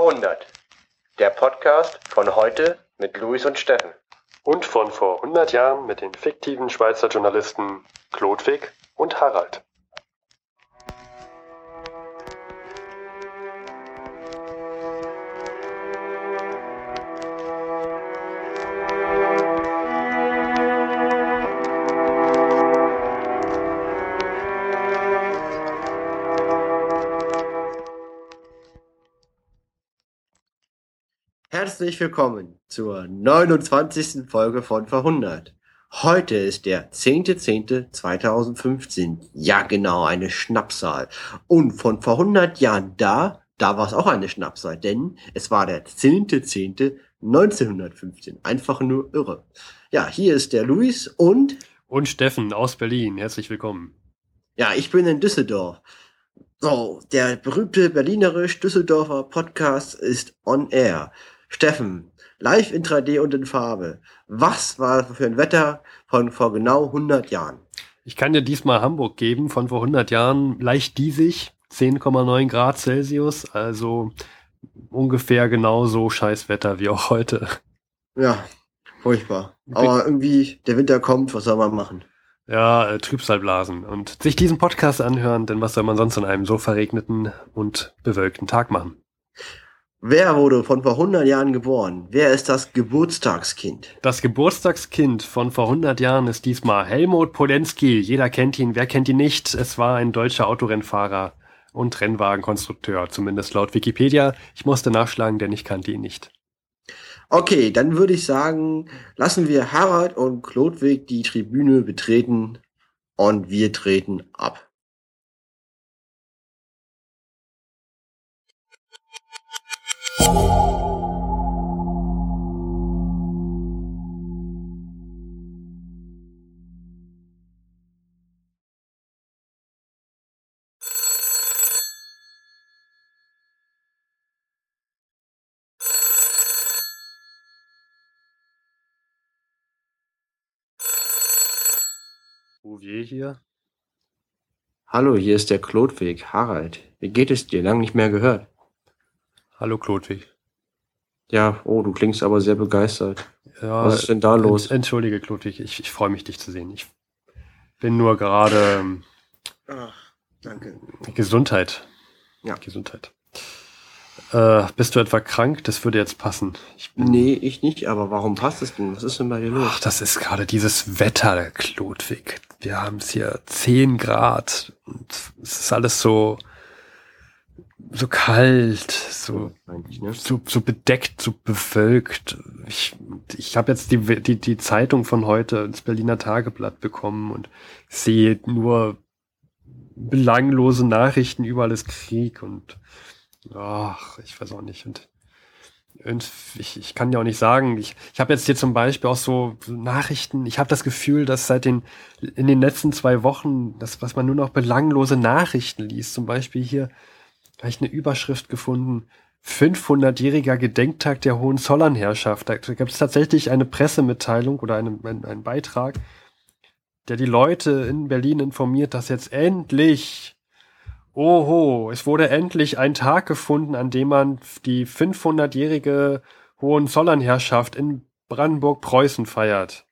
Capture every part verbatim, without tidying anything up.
verhundert. Der Podcast von heute mit Luis und Steffen. Und von vor hundert Jahren mit den fiktiven Schweizer Journalisten Chlodwig und Harald. Herzlich willkommen zur neunundzwanzigsten Folge von verhundert. Heute ist der zehnter zehnter zweitausendfünfzehn. Ja genau, eine Schnapszahl. Und von vor hundert Jahren da, da war es auch eine Schnapszahl, denn es war der zehnter zehnter neunzehnhundertfünfzehn. Einfach nur irre. Ja, hier ist der Luis und... Und Steffen aus Berlin. Herzlich willkommen. Ja, ich bin in Düsseldorf. So, der berühmte berlinerisch-Düsseldorfer Podcast ist on air. Steffen, live in drei D und in Farbe. Was war für ein Wetter von vor genau hundert Jahren? Ich kann dir diesmal Hamburg geben, von vor hundert Jahren, leicht diesig, zehn Komma neun Grad Celsius, also ungefähr genauso scheiß Wetter wie auch heute. Ja, furchtbar. Aber irgendwie, der Winter kommt, was soll man machen? Ja, äh, Trübsalblasen und sich diesen Podcast anhören, denn was soll man sonst an einem so verregneten und bewölkten Tag machen? Wer wurde von vor hundert Jahren geboren? Wer ist das Geburtstagskind? Das Geburtstagskind von vor hundert Jahren ist diesmal Helmut Polenski. Jeder kennt ihn, wer kennt ihn nicht? Es war ein deutscher Autorennfahrer und Rennwagenkonstrukteur, zumindest laut Wikipedia. Ich musste nachschlagen, denn ich kannte ihn nicht. Okay, dann würde ich sagen, lassen wir Harald und Chlodwig die Tribüne betreten und wir treten ab. Bouvier hier. Hallo, hier ist der Chlodwig, Harald. Wie geht es dir? Lang nicht mehr gehört. Hallo Chlodwig. Ja, oh, du klingst aber sehr begeistert. Ja, was ist denn da los? Ent, entschuldige Chlodwig, ich, ich freue mich, dich zu sehen. Ich bin nur gerade... Ach, danke. Gesundheit. Ja. Gesundheit. Äh, bist du etwa krank? Das würde jetzt passen. Ich bin nee, ich nicht, aber warum passt es denn? Was ist denn bei dir los? Ach, das ist gerade dieses Wetter, Chlodwig. Wir haben es hier zehn Grad und es ist alles so so kalt, so ne? so, so bedeckt, so bewölkt. Ich, ich habe jetzt die, die, die Zeitung von heute, das Berliner Tageblatt bekommen und sehe nur belanglose Nachrichten, überall ist Krieg und ach, ich weiß auch nicht. Und, und ich, ich kann ja auch nicht sagen, ich, ich habe jetzt hier zum Beispiel auch so Nachrichten, ich habe das Gefühl, dass seit den, in den letzten zwei Wochen, das, was man nur noch belanglose Nachrichten liest, zum Beispiel hier, habe ich eine Überschrift gefunden, fünfhundertjähriger Gedenktag der Hohenzollernherrschaft. Da gab es tatsächlich eine Pressemitteilung oder eine, ein, einen Beitrag, der die Leute in Berlin informiert, dass jetzt endlich, oho, es wurde endlich ein Tag gefunden, an dem man die fünfhundertjährige Hohenzollernherrschaft in Brandenburg-Preußen feiert.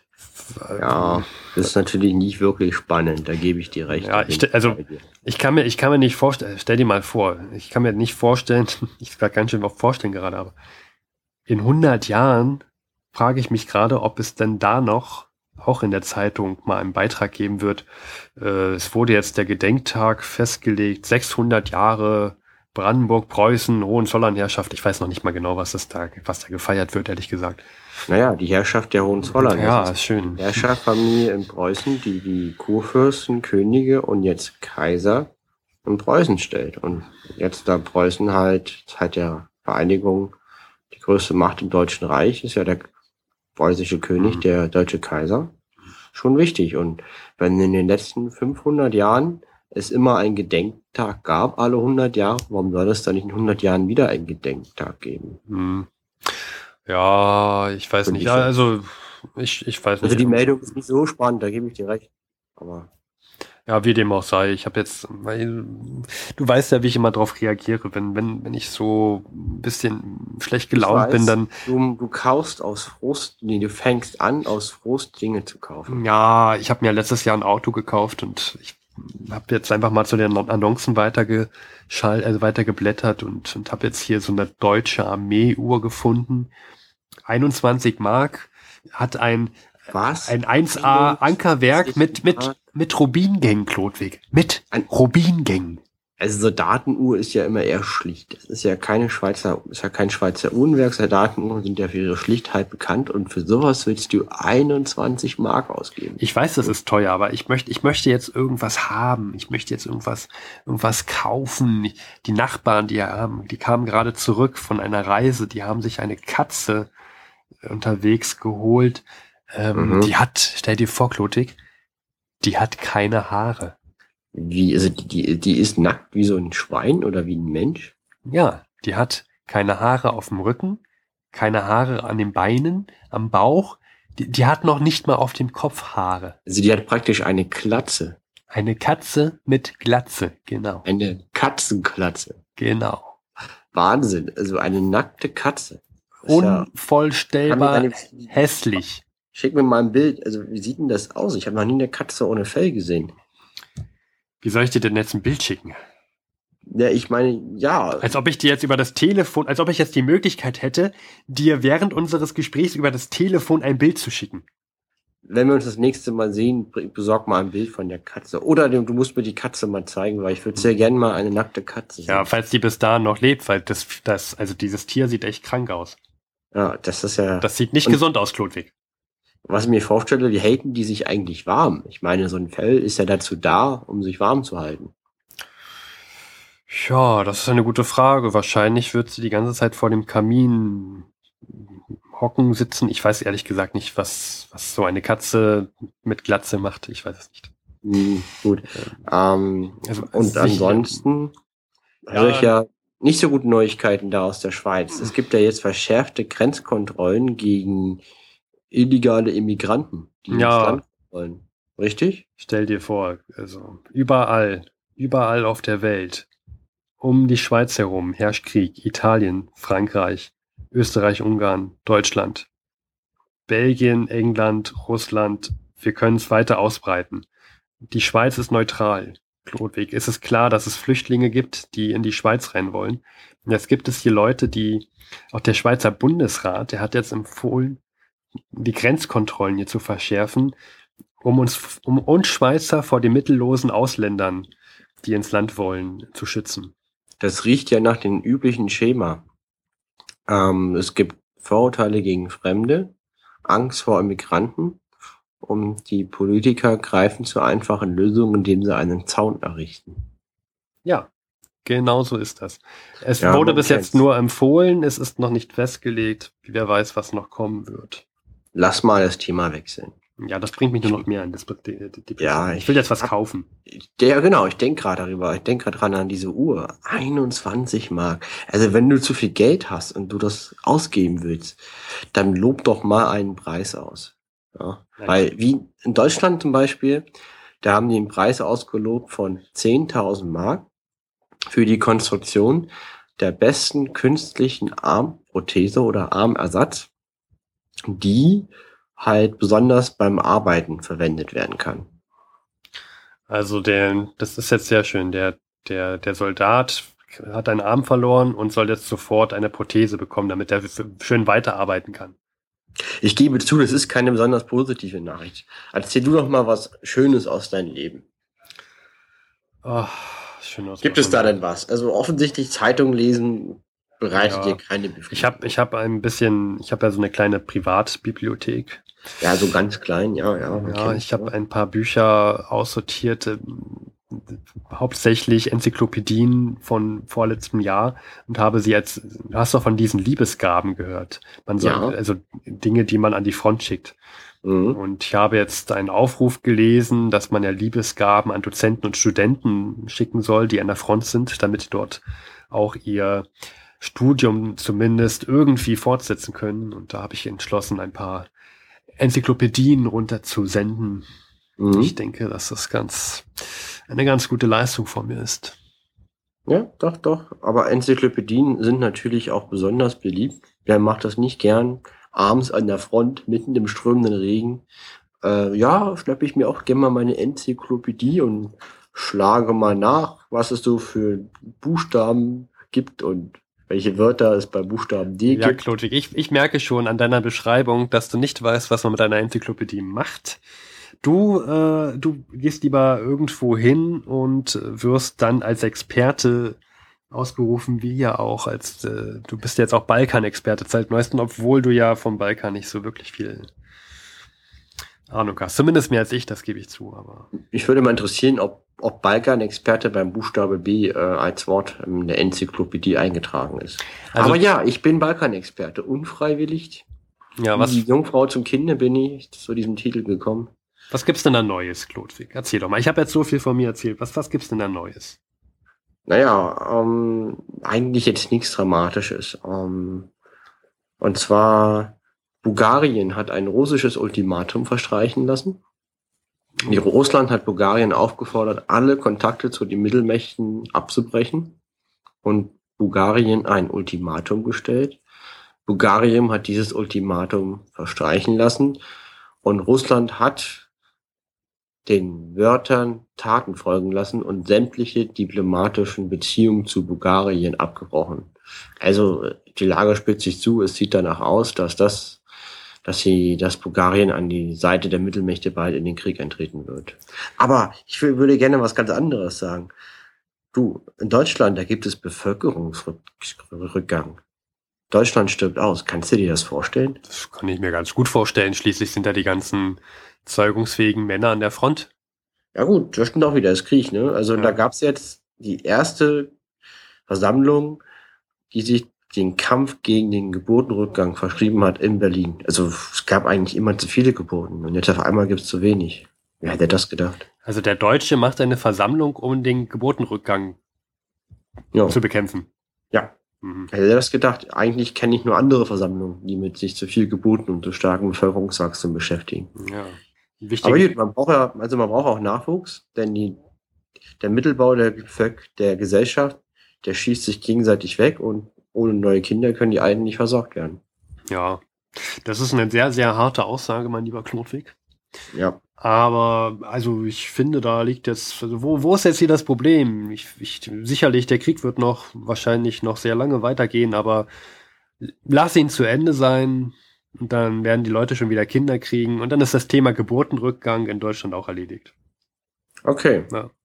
Ja, das ist natürlich nicht wirklich spannend, da gebe ich dir recht. Ja, ich, also ich kann mir, ich kann mir nicht vorstellen, stell dir mal vor, ich kann mir nicht vorstellen, ich kann ganz schön oft vorstellen gerade, aber in hundert Jahren frage ich mich gerade, ob es denn da noch auch in der Zeitung mal einen Beitrag geben wird. Äh, es wurde jetzt der Gedenktag festgelegt, sechshundert Jahre Brandenburg-Preußen, Hohenzollernherrschaft. Ich weiß noch nicht mal genau, was das da, was da gefeiert wird, ehrlich gesagt. Naja, die Herrschaft der Hohenzollern. Ja, ist schön. Herrscherfamilie in Preußen, die die Kurfürsten, Könige und jetzt Kaiser in Preußen stellt. Und jetzt da Preußen halt seit der Vereinigung die größte Macht im Deutschen Reich ist ja der preußische König, mhm. der deutsche Kaiser. Schon wichtig. Und wenn in den letzten fünfhundert Jahren es immer einen Gedenktag gab, alle hundert Jahre, warum soll es dann nicht in hundert Jahren wieder einen Gedenktag geben? Mhm. Ja, ich weiß nicht. Also ich, ich weiß nicht. Also die Meldung ist nicht so spannend, da gebe ich dir recht. Aber Ja, wie dem auch sei. Ich habe jetzt, weil du weißt ja, wie ich immer drauf reagiere, wenn wenn wenn ich so ein bisschen schlecht gelaunt bin, dann du, du kaufst aus Frust, nee, du fängst an, aus Frust Dinge zu kaufen. ja, ich habe mir letztes Jahr ein Auto gekauft und ich habe jetzt einfach mal zu den Annoncen weitergeschaltet, also weitergeblättert und und habe jetzt hier so eine deutsche Armee-Uhr gefunden. einundzwanzig Mark, hat ein Was? ein eins A Ankerwerk mit mit mit Rubingängen, Klodwig. Mit Rubingängen. Also so Datenuhr ist ja immer eher schlicht. Das ist ja keine Schweizer, ist ja kein Schweizer Uhrenwerk. So Datenuhren sind ja für ihre Schlichtheit bekannt und für sowas willst du einundzwanzig Mark ausgeben. Ich weiß, das ist teuer, aber ich möchte, ich möchte jetzt irgendwas haben. Ich möchte jetzt irgendwas, irgendwas kaufen. Die Nachbarn, die haben, die kamen gerade zurück von einer Reise. Die haben sich eine Katze unterwegs geholt. Ähm, Mhm. Die hat, stell dir vor, Klodwig, die hat keine Haare. Wie, also die, die, die ist nackt wie so ein Schwein oder wie ein Mensch? Ja, die hat keine Haare auf dem Rücken, keine Haare an den Beinen, am Bauch. Die, die hat noch nicht mal auf dem Kopf Haare. Also die hat praktisch eine Klatze. Eine Katze mit Glatze, genau. Eine Katzenklatze. Genau. Wahnsinn. Also eine nackte Katze. Das ist ja- Unvorstellbar Kann mir eine- hässlich. Schick mir mal ein Bild. Also wie sieht denn das aus? Ich habe noch nie eine Katze ohne Fell gesehen. Wie soll ich dir denn jetzt ein Bild schicken? Ja, ich meine, ja. Als ob ich dir jetzt über das Telefon, als ob ich jetzt die Möglichkeit hätte, dir während unseres Gesprächs über das Telefon ein Bild zu schicken. Wenn wir uns das nächste Mal sehen, besorg mal ein Bild von der Katze. Oder du musst mir die Katze mal zeigen, weil ich würde sehr gerne mal eine nackte Katze sehen. Ja, falls die bis dahin noch lebt, weil das, das, also dieses Tier sieht echt krank aus. Ja, das ist ja. Das sieht nicht Und- gesund aus, Klodwig. Was ich mir vorstelle, wie halten die sich eigentlich warm? Ich meine, so ein Fell ist ja dazu da, um sich warm zu halten. Ja, das ist eine gute Frage. Wahrscheinlich wird sie die ganze Zeit vor dem Kamin hocken, sitzen. Ich weiß ehrlich gesagt nicht, was, was so eine Katze mit Glatze macht. Ich weiß es nicht. Hm, gut. Ähm, Also, und sicher- ansonsten Ja. höre ich ja nicht so gute Neuigkeiten da aus der Schweiz. Es gibt ja jetzt verschärfte Grenzkontrollen gegen illegale Immigranten, die Ja. ins Land wollen. Richtig? Stell dir vor, also überall, überall auf der Welt, um die Schweiz herum herrscht Krieg. Italien, Frankreich, Österreich, Ungarn, Deutschland, Belgien, England, Russland. Wir können es weiter ausbreiten. Die Schweiz ist neutral. Klodwig, ist es klar, dass es Flüchtlinge gibt, die in die Schweiz rein wollen. Und jetzt gibt es hier Leute, die, auch der Schweizer Bundesrat, der hat jetzt empfohlen, die Grenzkontrollen hier zu verschärfen, um uns, um uns Schweizer vor den mittellosen Ausländern, die ins Land wollen, zu schützen. Das riecht ja nach dem üblichen Schema. Ähm, es gibt Vorurteile gegen Fremde, Angst vor Immigranten und die Politiker greifen zu einfachen Lösungen, indem sie einen Zaun errichten. Ja, genau so ist das. Es Ja, wurde man bis jetzt kennt's. nur empfohlen, es ist noch nicht festgelegt. Wer weiß, was noch kommen wird. Lass mal das Thema wechseln. Ja, das bringt mich nur noch mehr in das Ja, Ich will jetzt was ich- kaufen. Ja, genau, ich denke gerade darüber. Ich denke gerade dran an diese Uhr. einundzwanzig Mark. Also wenn du zu viel Geld hast und du das ausgeben willst, dann lob doch mal einen Preis aus. Ja, Nein. weil wie in Deutschland zum Beispiel, da haben die einen Preis ausgelobt von zehntausend Mark für die Konstruktion der besten künstlichen Armprothese oder Armersatz, die halt besonders beim Arbeiten verwendet werden kann. Also der, das ist jetzt sehr schön. Der, der, der Soldat hat einen Arm verloren und soll jetzt sofort eine Prothese bekommen, damit er f- schön weiterarbeiten kann. Ich gebe zu, das ist keine besonders positive Nachricht. Erzähl du doch mal was Schönes aus deinem Leben. Oh, schön aus. Gibt es da denn was? Also offensichtlich Zeitung lesen bereitet Ja. dir keine Befriedigung. Ich habe ich hab ein bisschen, ich habe ja so eine kleine Privatbibliothek. Ja, so ganz klein, ja, ja. man Ja, kennt's, ich habe ein paar Bücher aussortiert, äh, hauptsächlich Enzyklopädien von vorletztem Jahr und habe sie als, du hast doch von diesen Liebesgaben gehört. Man soll, Ja. also Dinge, die man an die Front schickt. Mhm. Und ich habe jetzt einen Aufruf gelesen, dass man ja Liebesgaben an Dozenten und Studenten schicken soll, die an der Front sind, damit dort auch ihr Studium zumindest irgendwie fortsetzen können. Und da habe ich entschlossen, ein paar Enzyklopädien runterzusenden. Mhm. Ich denke, dass das ganz eine ganz gute Leistung von mir ist. Ja, doch, doch. Aber Enzyklopädien sind natürlich auch besonders beliebt. Wer macht das nicht gern? Abends an der Front, mitten im strömenden Regen. Äh, ja, schnappe ich mir auch gerne mal meine Enzyklopädie und schlage mal nach, was es so für Buchstaben gibt und welche Wörter es bei Buchstaben D Ja, gibt. Klodwig, ich, ich merke schon an deiner Beschreibung, dass du nicht weißt, was man mit einer Enzyklopädie macht. Du, äh, du gehst lieber irgendwo hin und wirst dann als Experte ausgerufen, wie ja auch, als äh, du bist jetzt auch Balkan-Experte seit neuestem, obwohl du ja vom Balkan nicht so wirklich viel Ahnung hast. Zumindest mehr als ich, das gebe ich zu. Aber Mich würde mal interessieren, ob, ob Balkan-Experte beim Buchstabe B äh, als Wort in der Enzyklopädie eingetragen ist. Also- Aber ja, ich bin Balkan-Experte. Unfreiwillig. ja, Wie was, die Jungfrau zum Kinde bin ich zu diesem Titel gekommen. was gibt's denn da Neues, Klodwig? Erzähl doch mal. Ich habe jetzt so viel von mir erzählt. Was, was gibt's denn da Neues? Naja, ähm, eigentlich jetzt nichts Dramatisches. Ähm, und zwar, Bulgarien hat ein russisches Ultimatum verstreichen lassen. Die Russland hat Bulgarien aufgefordert, alle Kontakte zu den Mittelmächten abzubrechen. Und Bulgarien ein Ultimatum gestellt. Bulgarien hat dieses Ultimatum verstreichen lassen. Und Russland hat den Wörtern Taten folgen lassen und sämtliche diplomatischen Beziehungen zu Bulgarien abgebrochen. Also die Lage spitzt sich zu. Es sieht danach aus, dass das, dass sie, dass Bulgarien an die Seite der Mittelmächte bald in den Krieg eintreten wird. Aber ich will, würde gerne was ganz anderes sagen. Du, in Deutschland, da gibt es Bevölkerungsrückgang. Deutschland stirbt aus. Kannst du dir das vorstellen? Das kann ich mir ganz gut vorstellen. Schließlich sind da die ganzen zeugungsfähigen Männer an der Front. Ja gut, das stimmt auch wieder, ist Krieg, ne? Also Ja. da gab's jetzt die erste Versammlung, die sich den Kampf gegen den Geburtenrückgang verschrieben hat in Berlin. Also es gab eigentlich immer zu viele Geburten und jetzt auf einmal gibt's zu wenig. Wer hätte das gedacht? Also der Deutsche macht eine Versammlung, um den Geburtenrückgang Ja, zu bekämpfen. ja. Mhm. Wer hätte das gedacht? Eigentlich kenne ich nur andere Versammlungen, die mit sich zu viel Geburten und zu starkem Bevölkerungswachstum beschäftigen. Ja. Wichtig. Aber gut, man braucht ja, also man braucht auch Nachwuchs, denn die, der Mittelbau der, Völk- der Gesellschaft, der schießt sich gegenseitig weg und ohne neue Kinder können die Alten nicht versorgt werden. Ja. Das ist eine sehr, sehr harte Aussage, mein lieber Klodwig. Ja. Aber, also ich finde, da liegt jetzt, also wo, wo ist jetzt hier das Problem? Ich, ich, sicherlich, der Krieg wird noch, wahrscheinlich noch sehr lange weitergehen, aber lass ihn zu Ende sein und dann werden die Leute schon wieder Kinder kriegen und dann ist das Thema Geburtenrückgang in Deutschland auch erledigt. Okay.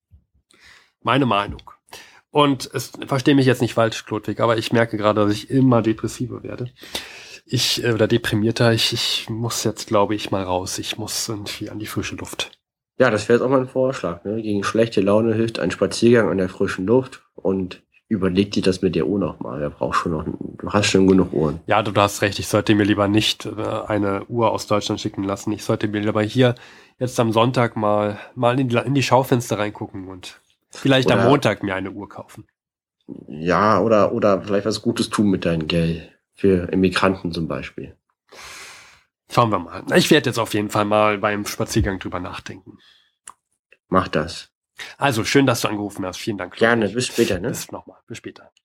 Meine Meinung. Und es verstehe mich jetzt nicht falsch, Klodwig, aber ich merke gerade, dass ich immer depressiver werde. Ich, äh, oder deprimierter, ich, ich muss jetzt, glaube ich, mal raus. Ich muss irgendwie an die frische Luft. Ja, das wäre jetzt auch mal ein Vorschlag. Ne? Gegen schlechte Laune hilft ein Spaziergang an der frischen Luft und überleg dir das mit der Uhr noch mal. Da brauchst schon noch, du hast schon genug Uhren. Ja, du hast recht. Ich sollte mir lieber nicht äh, eine Uhr aus Deutschland schicken lassen. Ich sollte mir lieber hier jetzt am Sonntag mal, mal in die, in die Schaufenster reingucken und vielleicht Oder- am Montag mir eine Uhr kaufen. Ja, oder, oder vielleicht was Gutes tun mit deinem Geld. Für Immigranten zum Beispiel. Schauen wir mal. Ich werde jetzt auf jeden Fall mal beim Spaziergang drüber nachdenken. Mach das. Also, schön, dass du angerufen hast. Vielen Dank. Gerne. Klodwig. Bis später, ne? Bis nochmal. Bis später.